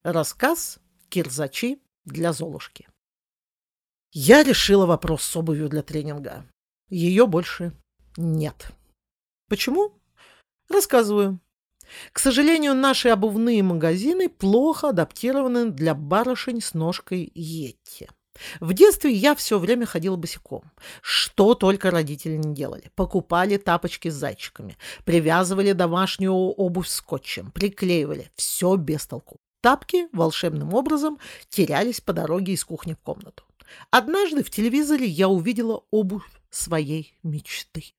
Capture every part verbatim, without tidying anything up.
Рассказ «Кирзачи для Золушки». Я решила вопрос с обувью для тренинга. Ее больше нет. Почему? Рассказываю. К сожалению, наши обувные магазины плохо адаптированы для барышень с ножкой йети. В детстве я все время ходила босиком. Что только родители не делали. Покупали тапочки с зайчиками, привязывали домашнюю обувь скотчем, приклеивали. Все без толку. Тапки волшебным образом терялись по дороге из кухни в комнату. Однажды в телевизоре я увидела обувь своей мечты.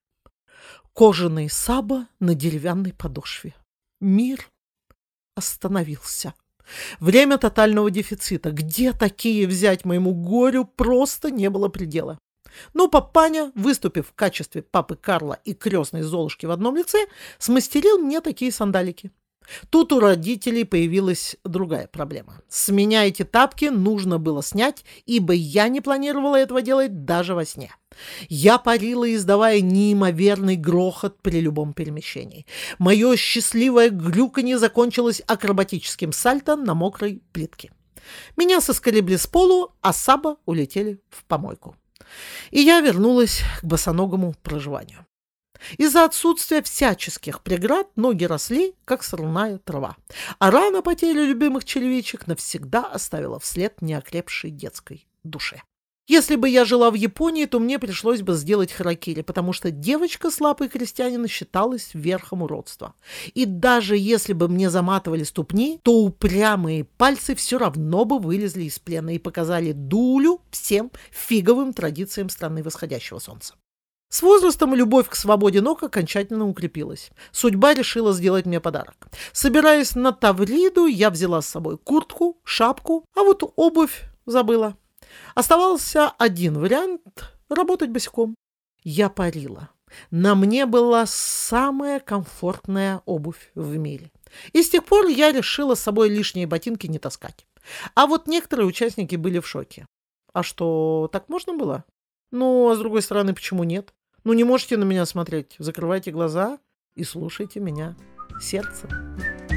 Кожаные саба на деревянной подошве. Мир остановился. Время тотального дефицита. Где такие взять моему горю, просто не было предела. Но папаня, выступив в качестве папы Карла и крестной Золушки в одном лице, смастерил мне такие сандалики. Тут у родителей появилась другая проблема. С меня эти тапки нужно было снять, ибо я не планировала этого делать даже во сне. Я парила, издавая неимоверный грохот при любом перемещении. Мое счастливое грюканье закончилось акробатическим сальто на мокрой плитке. Меня соскребли с полу, а саба улетели в помойку. И я вернулась к босоногому проживанию. Из-за отсутствия всяческих преград ноги росли, как сорная трава, а рана потери любимых черевичек навсегда оставила вслед неокрепшей детской душе. Если бы я жила в Японии, то мне пришлось бы сделать харакири, потому что девочка с лапой крестьянина считалась верхом уродства. И даже если бы мне заматывали ступни, то упрямые пальцы все равно бы вылезли из плена и показали дулю всем фиговым традициям страны восходящего солнца. С возрастом любовь к свободе ног окончательно укрепилась. Судьба решила сделать мне подарок. Собираясь на Тавриду, я взяла с собой куртку, шапку, а вот обувь забыла. Оставался один вариант – работать босиком. Я парила. На мне была самая комфортная обувь в мире. И с тех пор я решила с собой лишние ботинки не таскать. А вот некоторые участники были в шоке. А что, так можно было? Ну, а с другой стороны, почему нет? Ну, не можете на меня смотреть. Закрывайте глаза и слушайте меня сердцем.